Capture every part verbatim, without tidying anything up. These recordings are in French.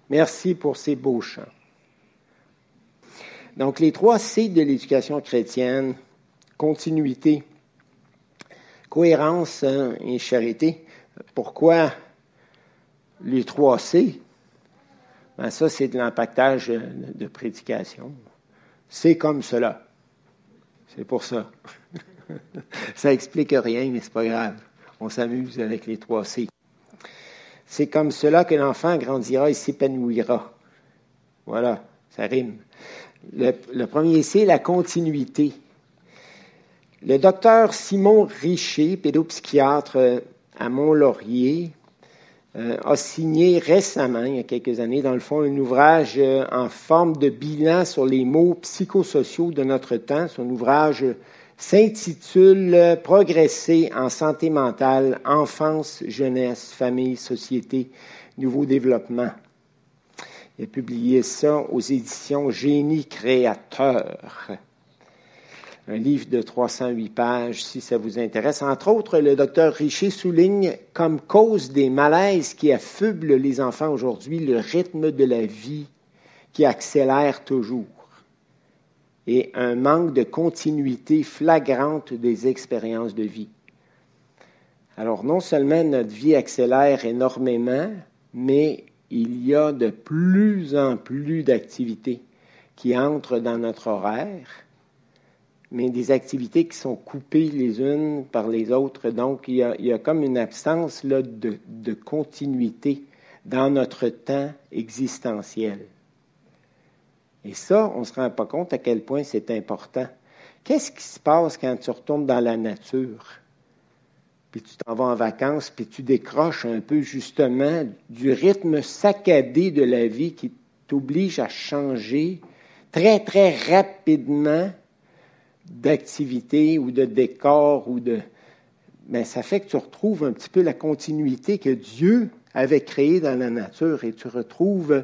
Merci pour ces beaux chants. Donc, les trois C de l'éducation chrétienne, continuité, cohérence hein, et charité. Pourquoi les trois C? Ben ça, c'est de l'empaquetage de prédication. C'est comme cela. C'est pour ça. Ça explique rien, mais c'est pas grave. On s'amuse avec les trois C. C'est comme cela que l'enfant grandira et s'épanouira. Voilà, ça rime. Le, le premier C, la continuité. Le docteur Simon Richer, pédopsychiatre à Mont-Laurier, euh, a signé récemment, il y a quelques années, dans le fond, un ouvrage euh, en forme de bilan sur les maux psychosociaux de notre temps. Son ouvrage s'intitule « Progresser en santé mentale, enfance, jeunesse, famille, société, nouveau développement ». Il a publié ça aux éditions Génie créateur. Un livre de trois cent huit pages, si ça vous intéresse. Entre autres, le docteur Richer souligne comme cause des malaises qui affublent les enfants aujourd'hui le rythme de la vie qui accélère toujours et un manque de continuité flagrante des expériences de vie. Alors, non seulement notre vie accélère énormément, mais il y a de plus en plus d'activités qui entrent dans notre horaire, mais des activités qui sont coupées les unes par les autres. Donc, il y a, il y a comme une absence là, de, de continuité dans notre temps existentiel. Et ça, on ne se rend pas compte à quel point c'est important. Qu'est-ce qui se passe quand tu retournes dans la nature? Puis tu t'en vas en vacances, puis tu décroches un peu justement du rythme saccadé de la vie qui t'oblige à changer très, très rapidement d'activité ou de décor ou de... Bien, ça fait que tu retrouves un petit peu la continuité que Dieu avait créée dans la nature et tu retrouves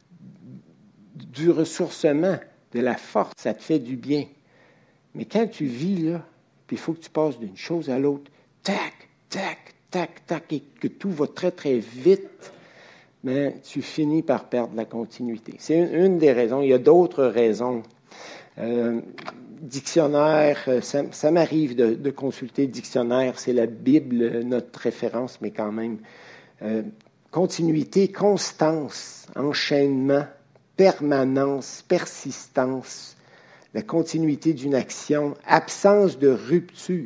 du ressourcement, de la force, ça te fait du bien. Mais quand tu vis là, puis il faut que tu passes d'une chose à l'autre, tac, tac, tac, tac, et que tout va très, très vite, bien, tu finis par perdre la continuité. C'est une, une des raisons. Il y a d'autres raisons. Euh, dictionnaire, ça, ça m'arrive de, de consulter le dictionnaire, c'est la Bible, notre référence, mais quand même. Euh, continuité, constance, enchaînement, permanence, persistance, la continuité d'une action, absence de rupture,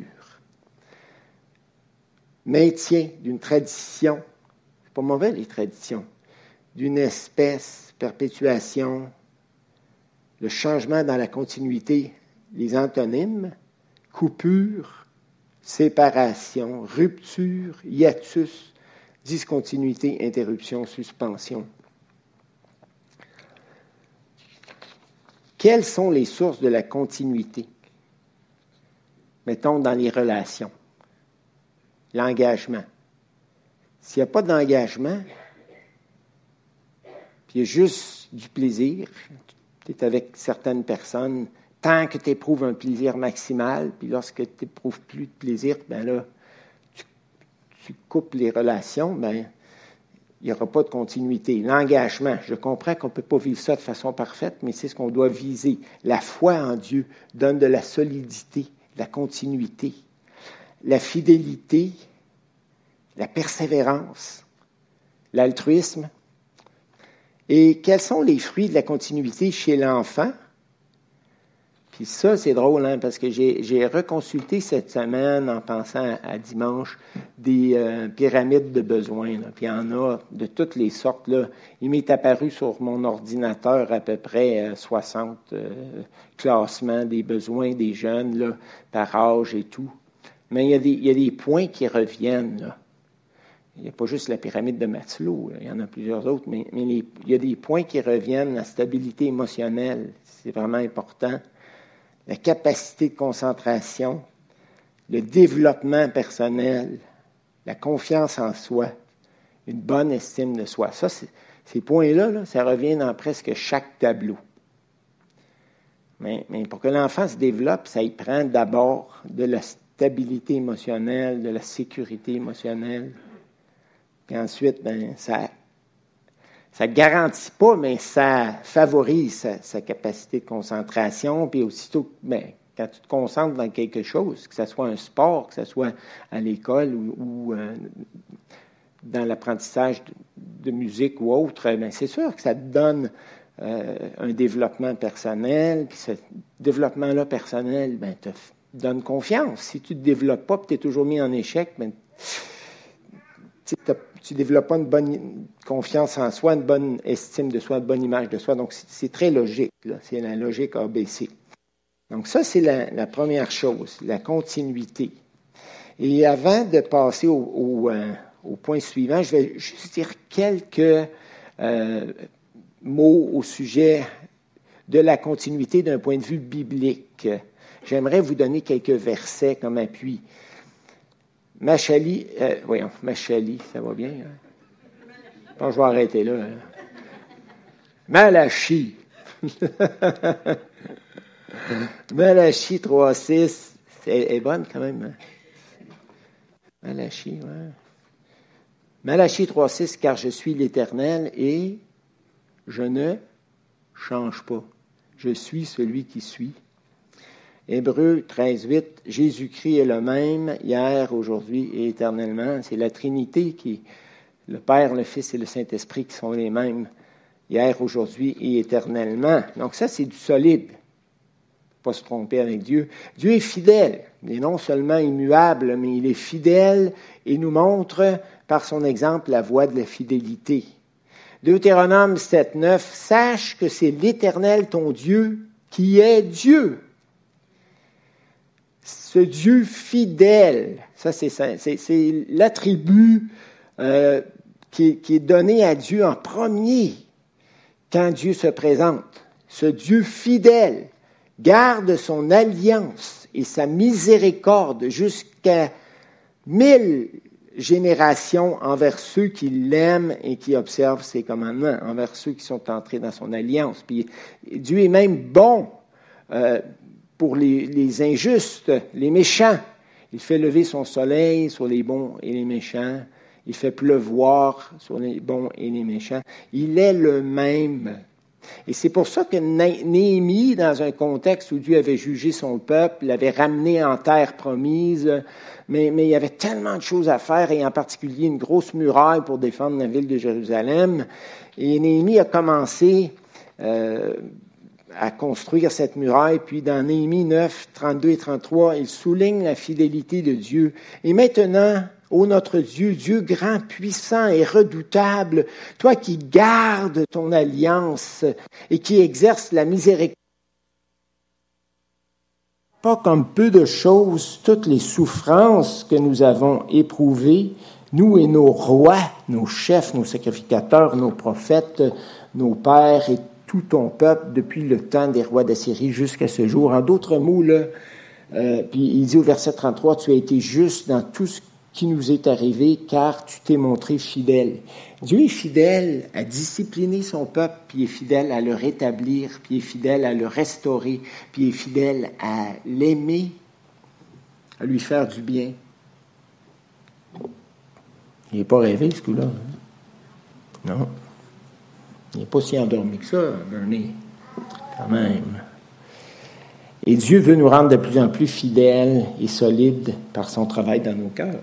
maintien d'une tradition, c'est pas mauvais les traditions, d'une espèce, perpétuation, le changement dans la continuité, les antonymes, coupure, séparation, rupture, hiatus, discontinuité, interruption, suspension. Quelles sont les sources de la continuité? Mettons dans les relations. L'engagement. S'il n'y a pas d'engagement, puis il y a juste du plaisir, tu es avec certaines personnes, tant que tu éprouves un plaisir maximal, puis lorsque tu n'éprouves plus de plaisir, bien là, tu, tu coupes les relations, bien, il n'y aura pas de continuité. L'engagement, je comprends qu'on ne peut pas vivre ça de façon parfaite, mais c'est ce qu'on doit viser. La foi en Dieu donne de la solidité, de la continuité, la fidélité, la persévérance, l'altruisme. Et quels sont les fruits de la continuité chez l'enfant? Puis ça, c'est drôle, hein, parce que j'ai, j'ai reconsulté cette semaine, en pensant à, à dimanche, des euh, pyramides de besoins. Là. Puis il y en a de toutes les sortes. Là. Il m'est apparu sur mon ordinateur à peu près euh, soixante euh, classements des besoins des jeunes, là, par âge et tout. Mais il y a des, il y a des points qui reviennent, là. Il n'y a pas juste la pyramide de Maslow, là. Il y en a plusieurs autres, mais, mais les, il y a des points qui reviennent. La stabilité émotionnelle, c'est vraiment important. La capacité de concentration, le développement personnel, la confiance en soi, une bonne estime de soi. Ça, c'est, ces points-là, là, ça revient dans presque chaque tableau. Mais, mais pour que l'enfant se développe, ça y prend d'abord de la stabilité émotionnelle, de la sécurité émotionnelle. Puis ensuite, ben, ça, ça garantit pas, mais ça favorise sa, sa capacité de concentration. Puis aussitôt, ben, quand tu te concentres dans quelque chose, que ce soit un sport, que ce soit à l'école ou, ou euh, dans l'apprentissage de, de musique ou autre, ben, c'est sûr que ça te donne euh, un développement personnel. Puis ce développement-là personnel, ben, te donne confiance. Si tu ne te développes pas et tu es toujours mis en échec, ben, tu ne développes pas une bonne confiance en soi, une bonne estime de soi, une bonne image de soi. Donc, c'est, c'est très logique. Là. C'est la logique A B C. Donc, ça, c'est la, la première chose, la continuité. Et avant de passer au, au, euh, au point suivant, je vais juste dire quelques euh, mots au sujet de la continuité d'un point de vue biblique. J'aimerais vous donner quelques versets comme appui. Machali, euh, voyons, Machali, ça va bien? Hein? Bon, je vais arrêter là. Hein? Malachi. Malachi trois six, elle est bonne quand même. Hein? Malachi, ouais. Malachi trois six, car je suis l'Éternel et je ne change pas. Je suis celui qui suis. Hébreux treize huit, Jésus-Christ est le même, hier, aujourd'hui et éternellement. C'est la Trinité qui, le Père, le Fils et le Saint-Esprit qui sont les mêmes, hier, aujourd'hui et éternellement. Donc ça, c'est du solide. Pas se tromper avec Dieu. Dieu est fidèle. Il est non seulement immuable, mais il est fidèle et nous montre, par son exemple, la voie de la fidélité. Deutéronome sept neuf, sache que c'est l'Éternel, ton Dieu, qui est Dieu. Ce Dieu fidèle, ça c'est, c'est, c'est l'attribut euh, qui, qui est donné à Dieu en premier quand Dieu se présente. Ce Dieu fidèle garde son alliance et sa miséricorde jusqu'à mille générations envers ceux qui l'aiment et qui observent ses commandements, envers ceux qui sont entrés dans son alliance. Puis Dieu est même bon euh, pour les, les injustes, les méchants. Il fait lever son soleil sur les bons et les méchants. Il fait pleuvoir sur les bons et les méchants. Il est le même. Et c'est pour ça que Néhémie, dans un contexte où Dieu avait jugé son peuple, l'avait ramené en terre promise, mais, mais il y avait tellement de choses à faire, et en particulier une grosse muraille pour défendre la ville de Jérusalem. Et Néhémie a commencé euh, à construire cette muraille, puis dans Néhémie neuf, trente-deux et trente-trois, il souligne la fidélité de Dieu. Et maintenant, ô notre Dieu, Dieu grand, puissant et redoutable, toi qui gardes ton alliance et qui exerces la miséricorde, pas comme peu de choses, toutes les souffrances que nous avons éprouvées, nous et nos rois, nos chefs, nos sacrificateurs, nos prophètes, nos pères et tout ton peuple depuis le temps des rois d'Assyrie jusqu'à ce jour. En d'autres mots, là, euh, puis il dit au verset trente-trois, tu as été juste dans tout ce qui nous est arrivé, car tu t'es montré fidèle. Dieu est fidèle à discipliner son peuple, puis il est fidèle à le rétablir, puis il est fidèle à le restaurer, puis il est fidèle à l'aimer, à lui faire du bien. Il n'est pas rêvé, ce coup-là. Hein? Non. Il n'est pas si endormi que ça, Bernie. Quand même. Et Dieu veut nous rendre de plus en plus fidèles et solides par son travail dans nos cœurs.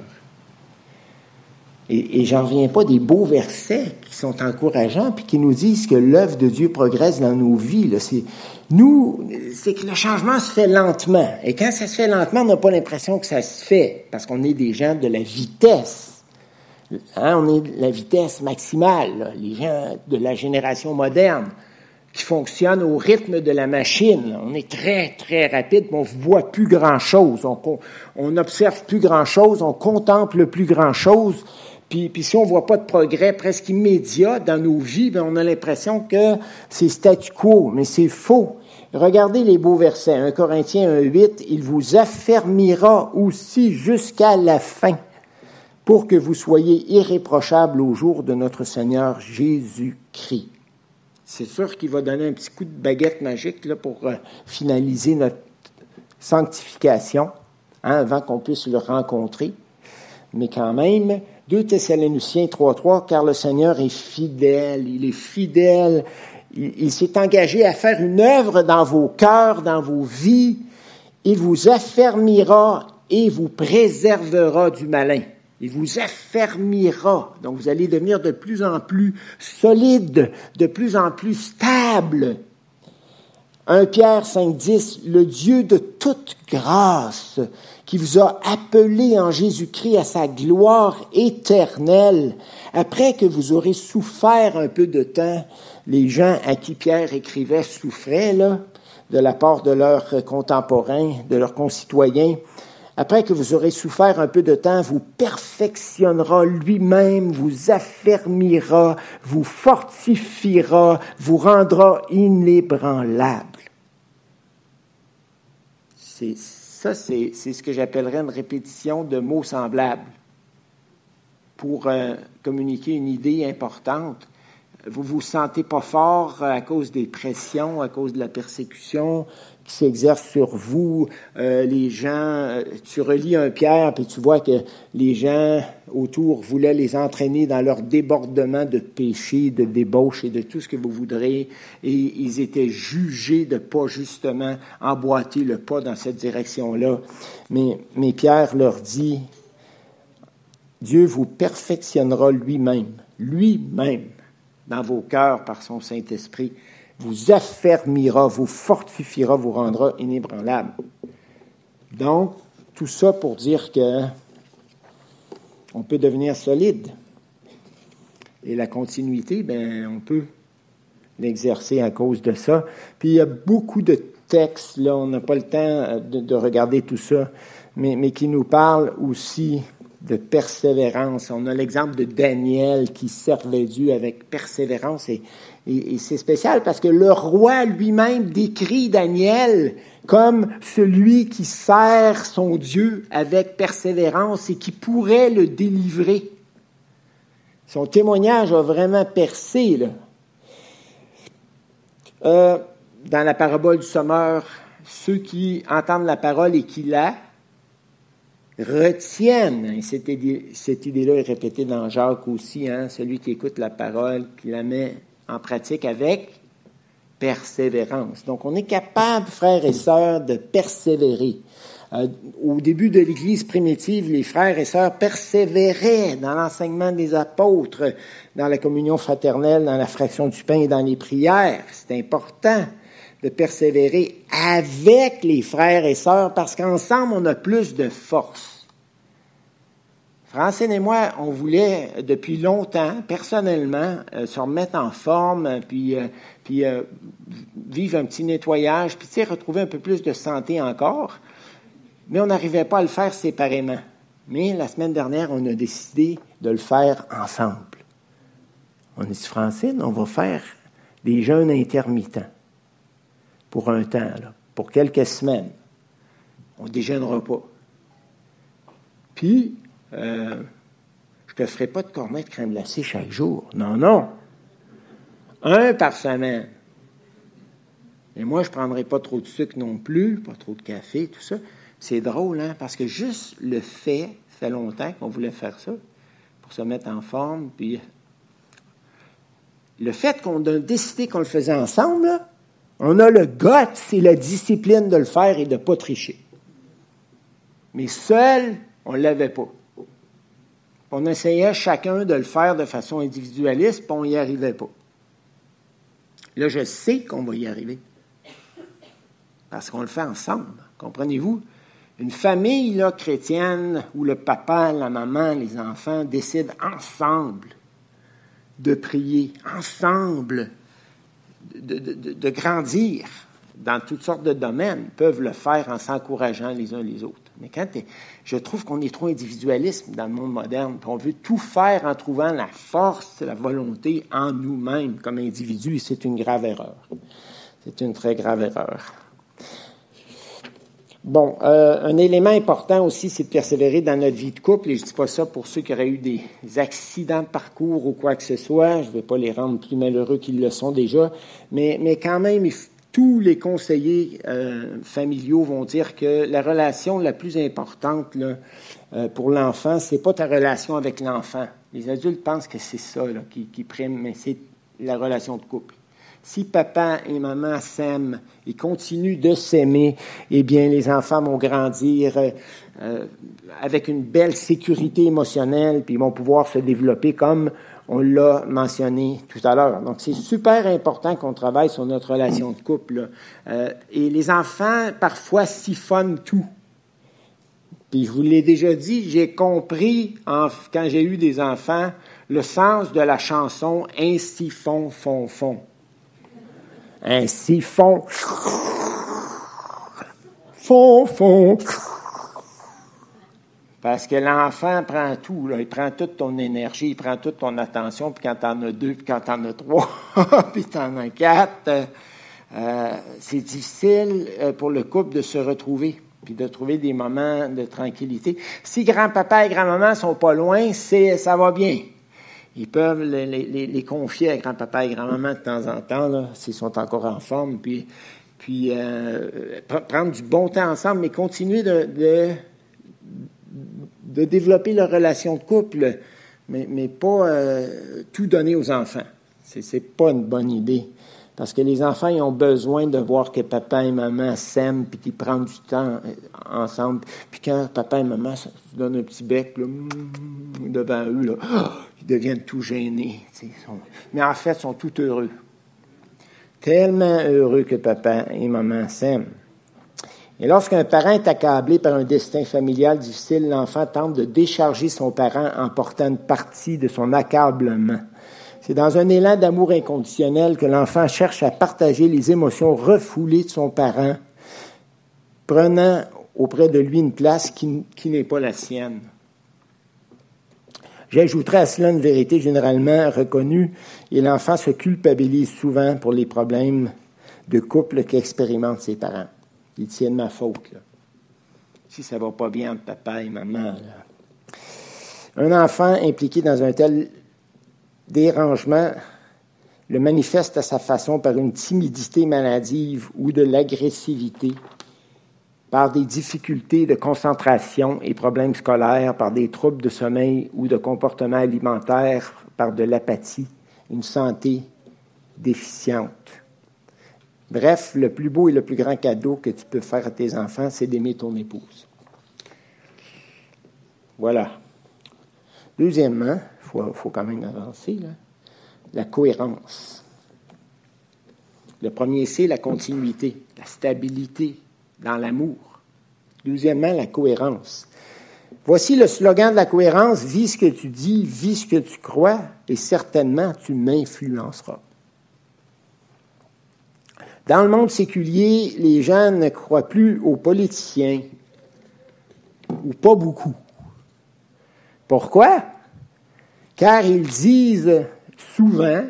Et, et j'en reviens pas des beaux versets qui sont encourageants puis qui nous disent que l'œuvre de Dieu progresse dans nos vies. Là. C'est, nous, c'est que le changement se fait lentement. Et quand ça se fait lentement, on n'a pas l'impression que ça se fait parce qu'on est des gens de la vitesse. Hein, on est de la vitesse maximale, là, les gens de la génération moderne qui fonctionnent au rythme de la machine. On est très, très rapide, mais on ne voit plus grand-chose. On, on n'observe plus grand-chose, on contemple plus grand-chose. Puis, puis si on ne voit pas de progrès presque immédiat dans nos vies, bien, on a l'impression que c'est statu quo, mais c'est faux. Regardez les beaux versets. un Corinthiens un huit, « Il vous affermira aussi jusqu'à la fin, pour que vous soyez irréprochables au jour de notre Seigneur Jésus-Christ. » C'est sûr qu'il va donner un petit coup de baguette magique là, pour euh, finaliser notre sanctification, hein, avant qu'on puisse le rencontrer. Mais quand même, deux Thessaloniciens trois trois, car le Seigneur est fidèle, il est fidèle, il, il s'est engagé à faire une œuvre dans vos cœurs, dans vos vies, il vous affermira et vous préservera du malin. Il vous affermira. Donc, vous allez devenir de plus en plus solide, de plus en plus stable. premier Pierre cinq dix, le Dieu de toute grâce, qui vous a appelé en Jésus-Christ à sa gloire éternelle, après que vous aurez souffert un peu de temps, les gens à qui Pierre écrivait souffraient, là, de la part de leurs contemporains, de leurs concitoyens. Après que vous aurez souffert un peu de temps, vous perfectionnera lui-même, vous affermira, vous fortifiera, vous rendra inébranlable. C'est, ça, c'est, c'est ce que j'appellerais une répétition de mots semblables pour euh, communiquer une idée importante. Vous ne vous sentez pas fort à cause des pressions, à cause de la persécution qui s'exerce sur vous. Euh, les gens, euh, tu relis un Pierre, puis tu vois que les gens autour voulaient les entraîner dans leur débordement de péché, de débauche et de tout ce que vous voudrez. Et ils étaient jugés de pas justement emboîter le pas dans cette direction-là. Mais, mais Pierre leur dit, Dieu vous perfectionnera lui-même, lui-même, dans vos cœurs par son Saint-Esprit, vous affermira, vous fortifiera, vous rendra inébranlable. Donc, tout ça pour dire que on peut devenir solide. Et la continuité, ben, on peut l'exercer à cause de ça. Puis il y a beaucoup de textes, là, on n'a pas le temps de, de regarder tout ça, mais, mais qui nous parlent aussi de persévérance. On a l'exemple de Daniel qui servait Dieu avec persévérance et, et, et c'est spécial parce que le roi lui-même décrit Daniel comme celui qui sert son Dieu avec persévérance et qui pourrait le délivrer. Son témoignage a vraiment percé, là. Euh, dans la parabole du sommeur, ceux qui entendent la parole et qui la retiennent. Et cette, idée, cette idée-là est répétée dans Jacques aussi, hein, celui qui écoute la parole, qui la met en pratique avec persévérance. Donc, on est capable, frères et sœurs, de persévérer. Euh, au début de l'Église primitive, les frères et sœurs persévéraient dans l'enseignement des apôtres, dans la communion fraternelle, dans la fraction du pain et dans les prières. C'est important de persévérer avec les frères et sœurs parce qu'ensemble, on a plus de force. Francine et moi, on voulait depuis longtemps, personnellement, euh, se remettre en forme, puis, euh, puis euh, vivre un petit nettoyage, puis tu sais, retrouver un peu plus de santé encore. Mais on n'arrivait pas à le faire séparément. Mais la semaine dernière, on a décidé de le faire ensemble. On a dit, Francine, on va faire des jeûnes intermittents. Pour un temps, là, pour quelques semaines. On ne déjeunera pas. Puis, euh, je ne te ferai pas de cornet de crème glacée chaque jour. Non, non. Un par semaine. Et moi, je ne prendrai pas trop de sucre non plus, pas trop de café, tout ça. C'est drôle, hein, parce que juste le fait, ça fait longtemps qu'on voulait faire ça, pour se mettre en forme, puis le fait qu'on a décidé qu'on le faisait ensemble, là, on a le guts et la discipline de le faire et de ne pas tricher. Mais seul, on ne l'avait pas. On essayait chacun de le faire de façon individualiste, puis on n'y arrivait pas. Là, je sais qu'on va y arriver. Parce qu'on le fait ensemble. Comprenez-vous? Une famille là, chrétienne où le papa, la maman, les enfants décident ensemble de prier, ensemble De, de, de grandir dans toutes sortes de domaines, peuvent le faire en s'encourageant les uns les autres. Mais quand je trouve qu'on est trop individualiste dans le monde moderne, on veut tout faire en trouvant la force, la volonté en nous-mêmes comme individus, et c'est une grave erreur. C'est une très grave erreur. Bon, euh, un élément important aussi, c'est de persévérer dans notre vie de couple, et je ne dis pas ça pour ceux qui auraient eu des accidents de parcours ou quoi que ce soit, je ne vais pas les rendre plus malheureux qu'ils le sont déjà, mais, mais quand même, il tous les conseillers euh, familiaux vont dire que la relation la plus importante là, euh, pour l'enfant, c'est pas ta relation avec l'enfant. Les adultes pensent que c'est ça là, qui, qui prime, mais c'est la relation de couple. Si papa et maman s'aiment et continuent de s'aimer, eh bien, les enfants vont grandir euh, euh, avec une belle sécurité émotionnelle, puis ils vont pouvoir se développer comme on l'a mentionné tout à l'heure. Donc, c'est super important qu'on travaille sur notre relation de couple. Euh, et les enfants, parfois, siphonnent tout. Puis, je vous l'ai déjà dit, j'ai compris, en, quand j'ai eu des enfants, le sens de la chanson « Un siphon, fond, fond ». Un siphon, fond, fond. Parce que l'enfant prend tout, là. Il prend toute ton énergie, il prend toute ton attention, puis quand t'en as deux, puis quand t'en as trois, puis t'en as quatre, euh, c'est difficile pour le couple de se retrouver, puis de trouver des moments de tranquillité. Si grand-papa et grand-maman sont pas loin, c'est, ça va bien. Ils peuvent les, les, les confier à grand-papa et grand-maman de temps en temps, là, s'ils sont encore en forme, puis, puis euh, prendre du bon temps ensemble, mais continuer de... de de développer leur relation de couple, mais, mais pas euh, tout donner aux enfants. C'est, c'est pas une bonne idée. Parce que les enfants, ils ont besoin de voir que papa et maman s'aiment, puis qu'ils prennent du temps ensemble. Puis quand papa et maman se donnent un petit bec là, devant eux, là, oh, ils deviennent tout gênés. Sont, mais en fait, ils sont tout heureux. Tellement heureux que papa et maman s'aiment. Et lorsqu'un parent est accablé par un destin familial difficile, l'enfant tente de décharger son parent en portant une partie de son accablement. C'est dans un élan d'amour inconditionnel que l'enfant cherche à partager les émotions refoulées de son parent, prenant auprès de lui une place qui, qui n'est pas la sienne. J'ajouterai à cela une vérité généralement reconnue, et l'enfant se culpabilise souvent pour les problèmes de couple qu'expérimentent ses parents. Il tient de ma faute, là. Si ça va pas bien entre papa et maman, là. Un enfant impliqué dans un tel dérangement le manifeste à sa façon par une timidité maladive ou de l'agressivité, par des difficultés de concentration et problèmes scolaires, par des troubles de sommeil ou de comportement alimentaire, par de l'apathie, une santé déficiente. Bref, le plus beau et le plus grand cadeau que tu peux faire à tes enfants, c'est d'aimer ton épouse. Voilà. Deuxièmement, il faut, faut quand même avancer, là, la cohérence. Le premier, c'est la continuité, la stabilité dans l'amour. Deuxièmement, la cohérence. Voici le slogan de la cohérence, « Vis ce que tu dis, vis ce que tu crois, et certainement tu m'influenceras ». Dans le monde séculier, les gens ne croient plus aux politiciens, ou pas beaucoup. Pourquoi? Car ils disent souvent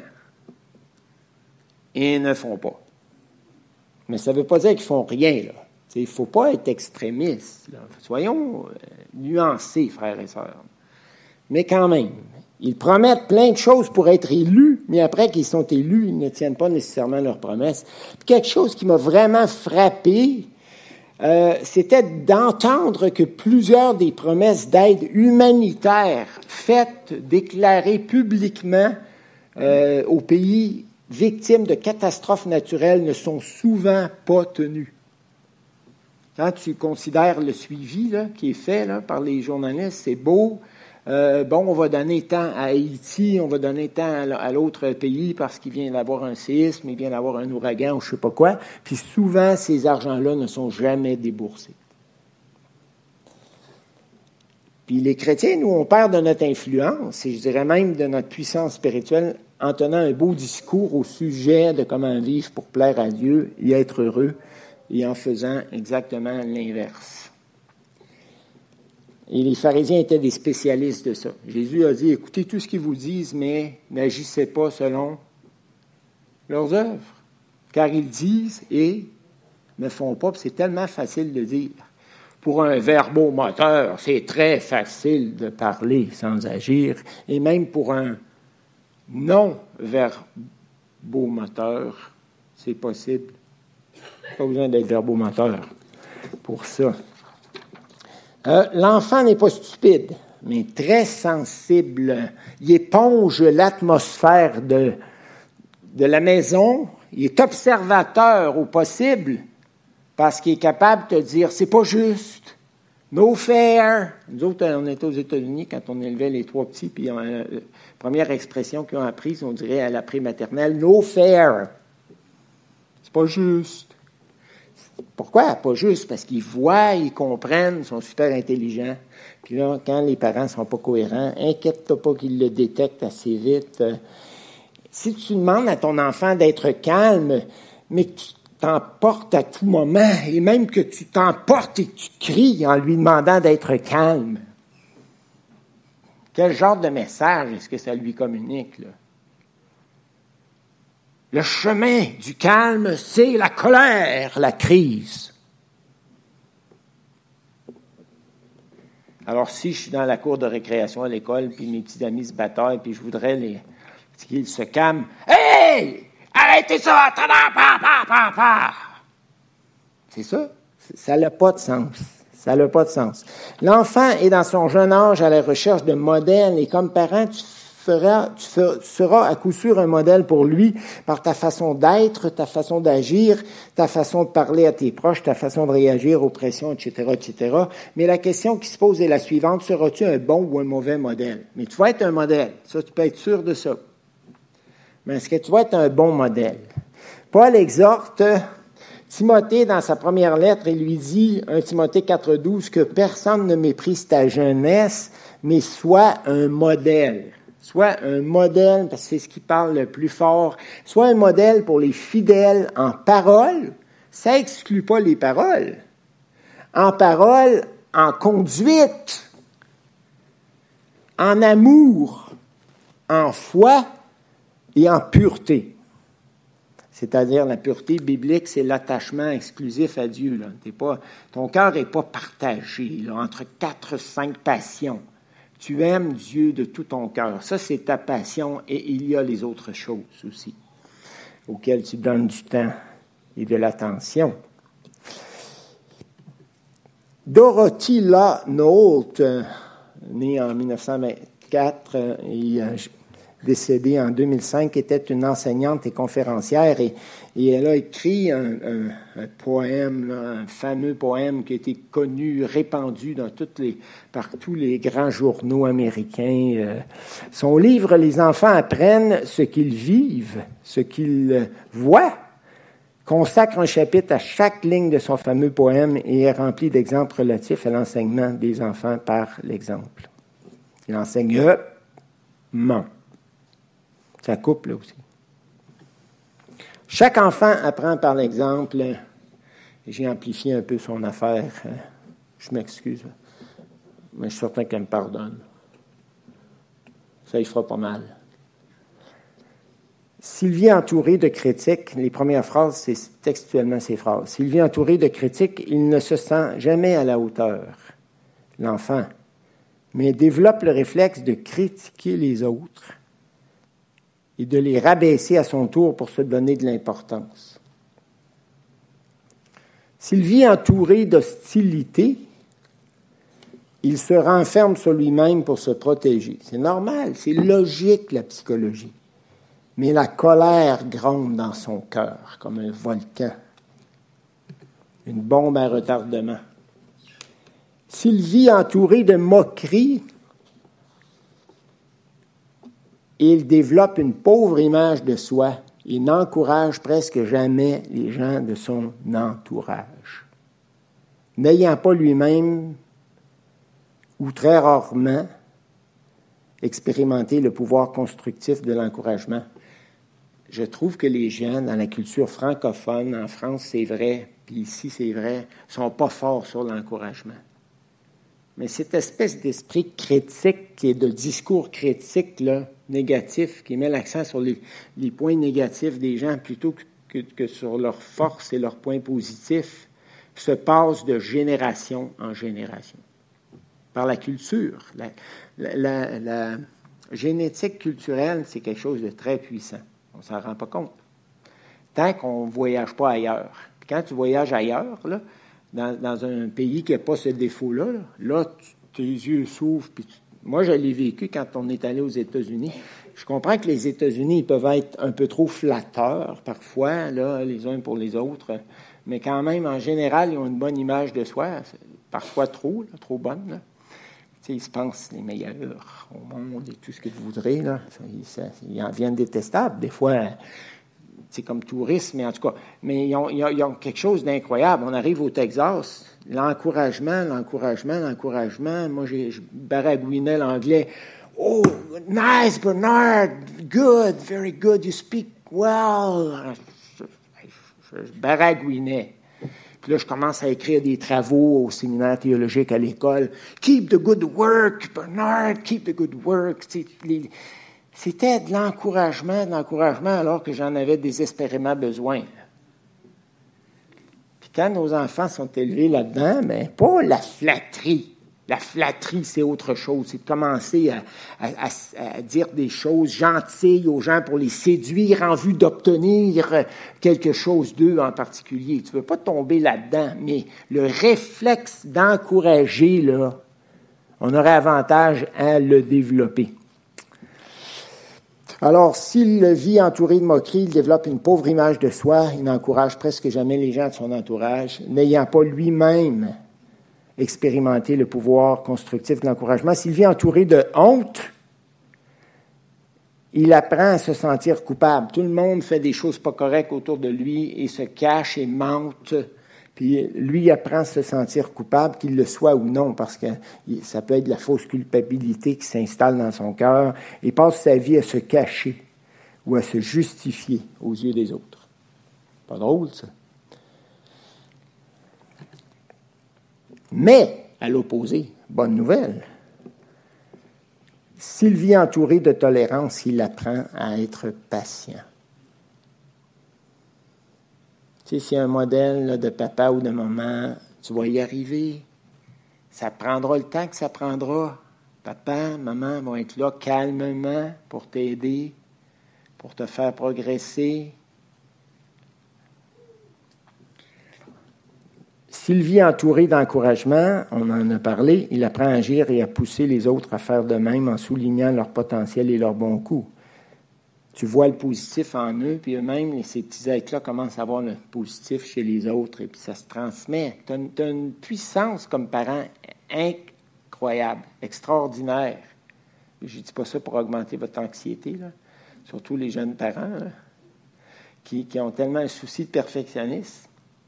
et ne font pas. Mais ça ne veut pas dire qu'ils font rien, là. Il ne faut pas être extrémiste, là. Soyons nuancés, frères et sœurs. Mais quand même, ils promettent plein de choses pour être élus, mais après qu'ils sont élus, ils ne tiennent pas nécessairement leurs promesses. Quelque chose qui m'a vraiment frappé, euh, c'était d'entendre que plusieurs des promesses d'aide humanitaire faites, déclarées publiquement euh, aux pays victimes de catastrophes naturelles ne sont souvent pas tenues. Quand tu considères le suivi là, qui est fait là, par les journalistes, c'est beau. Euh, bon, on va donner tant à Haïti, on va donner tant à l'autre pays parce qu'il vient d'avoir un séisme, il vient d'avoir un ouragan ou je ne sais pas quoi. Puis souvent, ces argents-là ne sont jamais déboursés. Puis les chrétiens, nous, on perd de notre influence, et je dirais même de notre puissance spirituelle, en tenant un beau discours au sujet de comment vivre pour plaire à Dieu et être heureux, et en faisant exactement l'inverse. Et les pharisiens étaient des spécialistes de ça. Jésus a dit, écoutez tout ce qu'ils vous disent, mais n'agissez pas selon leurs œuvres. Car ils disent et ne font pas, puis c'est tellement facile de dire. Pour un verbomoteur, c'est très facile de parler sans agir. Et même pour un non-verbomoteur, c'est possible Pas besoin d'être verbomoteur pour ça. Euh, l'enfant n'est pas stupide, mais très sensible. Il éponge l'atmosphère de, de la maison. Il est observateur au possible parce qu'il est capable de te dire « c'est pas juste, no fair ». Nous autres, on était aux États-Unis quand on élevait les trois petits, puis on, la première expression qu'ils ont apprise, on dirait à la prématernelle « no fair ». C'est pas juste. Pourquoi pas juste? Parce qu'ils voient, ils comprennent, ils sont super intelligents. Puis là, quand les parents ne sont pas cohérents, inquiète-toi pas qu'ils le détectent assez vite. Si tu demandes à ton enfant d'être calme, mais que tu t'emportes à tout moment, et même que tu t'emportes et que tu cries en lui demandant d'être calme, quel genre de message est-ce que ça lui communique, là? Le chemin du calme, c'est la colère, la crise. Alors, si je suis dans la cour de récréation à l'école, puis mes petits amis se bataillent, puis je voudrais les, qu'ils se calment. « Hey! Arrêtez ça! C'est ça. Ça n'a pas de sens. Ça n'a pas de sens. L'enfant est dans son jeune âge à la recherche de modèles, et comme parent, tu Feras, tu, feras, tu seras à coup sûr un modèle pour lui par ta façon d'être, ta façon d'agir, ta façon de parler à tes proches, ta façon de réagir aux pressions, et cetera, et cetera. Mais la question qui se pose est la suivante, seras-tu un bon ou un mauvais modèle? Mais tu vas être un modèle, ça tu peux être sûr de ça. Mais est-ce que tu vas être un bon modèle? Paul exhorte Timothée dans sa première lettre et lui dit, un Timothée quatre douze, que personne ne méprise ta jeunesse, mais sois un modèle. Soit un modèle, parce que c'est ce qui parle le plus fort, soit un modèle pour les fidèles en parole, ça exclut pas les paroles, en parole, en conduite, en amour, en foi et en pureté. C'est-à-dire, la pureté biblique, c'est l'attachement exclusif à Dieu. Là. T'es pas, ton cœur n'est pas partagé là, entre quatre, cinq passions. Tu aimes Dieu de tout ton cœur. Ça, c'est ta passion et il y a les autres choses aussi auxquelles tu donnes du temps et de l'attention. Dorothy Law Nolt, née en dix-neuf cent vingt-quatre et décédée en deux mille cinq, était une enseignante et conférencière et, et elle a écrit un, un, un poème, là, un fameux poème qui a été connu, répandu dans toutes les, par tous les grands journaux américains. Euh, son livre « Les enfants apprennent ce qu'ils vivent, ce qu'ils voient » consacre un chapitre à chaque ligne de son fameux poème et est rempli d'exemples relatifs à l'enseignement des enfants par l'exemple. L'enseignement. Ça coupe là aussi. Chaque enfant apprend par l'exemple. J'ai amplifié un peu son affaire. Je m'excuse, mais je suis certain qu'elle me pardonne. Ça y fera pas mal. S'il vient entouré de critiques, les premières phrases, c'est textuellement ces phrases. S'il vient entouré de critiques, il ne se sent jamais à la hauteur, l'enfant, mais développe le réflexe de critiquer les autres et de les rabaisser à son tour pour se donner de l'importance. S'il vit entouré d'hostilité, il se renferme sur lui-même pour se protéger. C'est normal, c'est logique, la psychologie. Mais la colère gronde dans son cœur comme un volcan, une bombe à retardement. S'il vit entouré de moqueries, il développe une pauvre image de soi et n'encourage presque jamais les gens de son entourage. N'ayant pas lui-même, ou très rarement, expérimenté le pouvoir constructif de l'encouragement, je trouve que les gens, dans la culture francophone, en France, c'est vrai, puis ici, c'est vrai, ne sont pas forts sur l'encouragement. Mais cette espèce d'esprit critique et de discours critique, là, négatif, qui met l'accent sur les, les points négatifs des gens plutôt que, que, que sur leurs forces et leurs points positifs, se passe de génération en génération. Par la culture. La, la, la, la génétique culturelle, c'est quelque chose de très puissant. On ne s'en rend pas compte. Tant qu'on ne voyage pas ailleurs, Puis quand tu voyages ailleurs, là, dans, dans un pays qui n'a pas ce défaut-là, là, là tu, tes yeux s'ouvrent. Puis tu, moi, je l'ai vécu quand on est allé aux États-Unis. Je comprends que les États-Unis ils peuvent être un peu trop flatteurs parfois, là, les uns pour les autres, mais quand même, en général, ils ont une bonne image de soi, parfois trop, là, trop bonne. Là. Tu sais, ils se pensent les meilleurs au monde et tout ce que vous voudrez. Là. Ça, ça, ils en viennent détestables. Des fois, c'est comme touristes, mais en tout cas, mais ils ont, ils ont, ils ont quelque chose d'incroyable. On arrive au Texas, l'encouragement, l'encouragement, l'encouragement. Moi, j'ai, je baragouinais l'anglais. Oh, nice, Bernard. Good, very good. You speak well. Je, je, je baragouinais. Puis là, je commence à écrire des travaux au séminaire théologique à l'école. Keep the good work, Bernard. Keep the good work. C'était de l'encouragement, de l'encouragement, alors que j'en avais désespérément besoin. Puis quand nos enfants sont élevés là-dedans, bien, pas la flatterie. La flatterie, c'est autre chose. C'est de commencer à, à, à, à dire des choses gentilles aux gens pour les séduire en vue d'obtenir quelque chose d'eux en particulier. Tu ne veux pas tomber là-dedans, mais le réflexe d'encourager, là, on aurait avantage à le développer. Alors, s'il vit entouré de moqueries, il développe une pauvre image de soi, il n'encourage presque jamais les gens de son entourage, n'ayant pas lui-même expérimenter le pouvoir constructif de l'encouragement. S'il vit entouré de honte, il apprend à se sentir coupable. Tout le monde fait des choses pas correctes autour de lui et se cache et mente. Puis lui, il apprend à se sentir coupable, qu'il le soit ou non, parce que ça peut être de la fausse culpabilité qui s'installe dans son cœur et passe sa vie à se cacher ou à se justifier aux yeux des autres. Pas drôle, ça. Mais, à l'opposé, bonne nouvelle, s'il vit entouré de tolérance, il apprend à être patient. Tu sais, s'il y a un modèle là, de papa ou de maman, tu vas y arriver. Ça prendra le temps que ça prendra. Papa, maman vont être là calmement pour t'aider, pour te faire progresser. S'il vit entouré d'encouragement, on en a parlé, il apprend à agir et à pousser les autres à faire de même en soulignant leur potentiel et leurs bons coups. Tu vois le positif en eux, puis eux-mêmes, ces petits êtres-là commencent à voir le positif chez les autres, et puis ça se transmet. Tu as une, tu as une puissance comme parent incroyable, extraordinaire. Je ne dis pas ça pour augmenter votre anxiété, là. Surtout les jeunes parents là, qui, qui ont tellement un souci de perfectionnisme.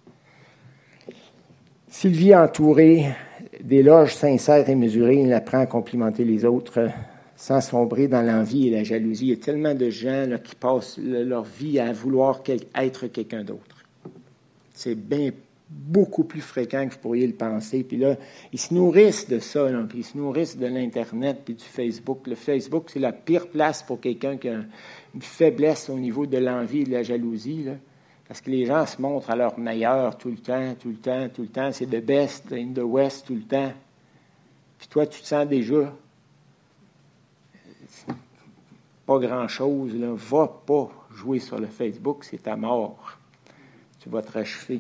S'il vit entouré d'éloges sincères et mesurés, il apprend à complimenter les autres sans sombrer dans l'envie et la jalousie. Il y a tellement de gens là, qui passent leur vie à vouloir être quelqu'un d'autre. C'est bien beaucoup plus fréquent que vous pourriez le penser. Puis là, ils se nourrissent de ça, là, puis ils se nourrissent de l'Internet puis du Facebook. Le Facebook, c'est la pire place pour quelqu'un qui a une faiblesse au niveau de l'envie et de la jalousie, là. Parce que les gens se montrent à leur meilleur tout le temps, tout le temps, tout le temps. C'est the best in the West tout le temps. Puis toi, tu te sens déjà pas grand-chose, là. Va pas jouer sur le Facebook, c'est ta mort. Tu vas te rachever.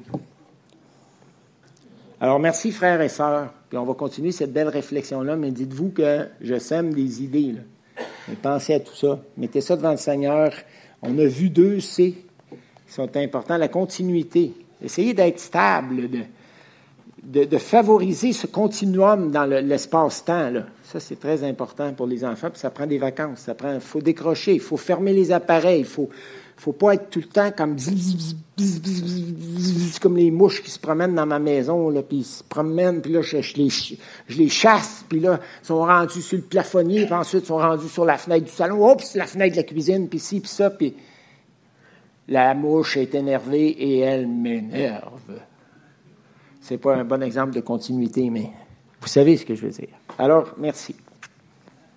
Alors, merci, frères et sœurs. Puis on va continuer cette belle réflexion-là, mais dites-vous que je sème des idées, là. Mais pensez à tout ça. Mettez ça devant le Seigneur. On a vu deux C qui sont importants. La continuité. Essayez d'être stable, de, de, de favoriser ce continuum dans le, l'espace-temps, là. Ça, c'est très important pour les enfants, puis ça prend des vacances. Ça prend, il faut décrocher, il faut fermer les appareils, il faut, faut pas être tout le temps comme comme les mouches qui se promènent dans ma maison, là, puis ils se promènent, puis là, je, je, les, je les chasse, puis là, ils sont rendus sur le plafonnier, puis ensuite, ils sont rendus sur la fenêtre du salon, oups, la fenêtre de la cuisine, puis ci, puis ça, puis la mouche est énervée et elle m'énerve. C'est pas un bon exemple de continuité, mais vous savez ce que je veux dire. Alors, merci.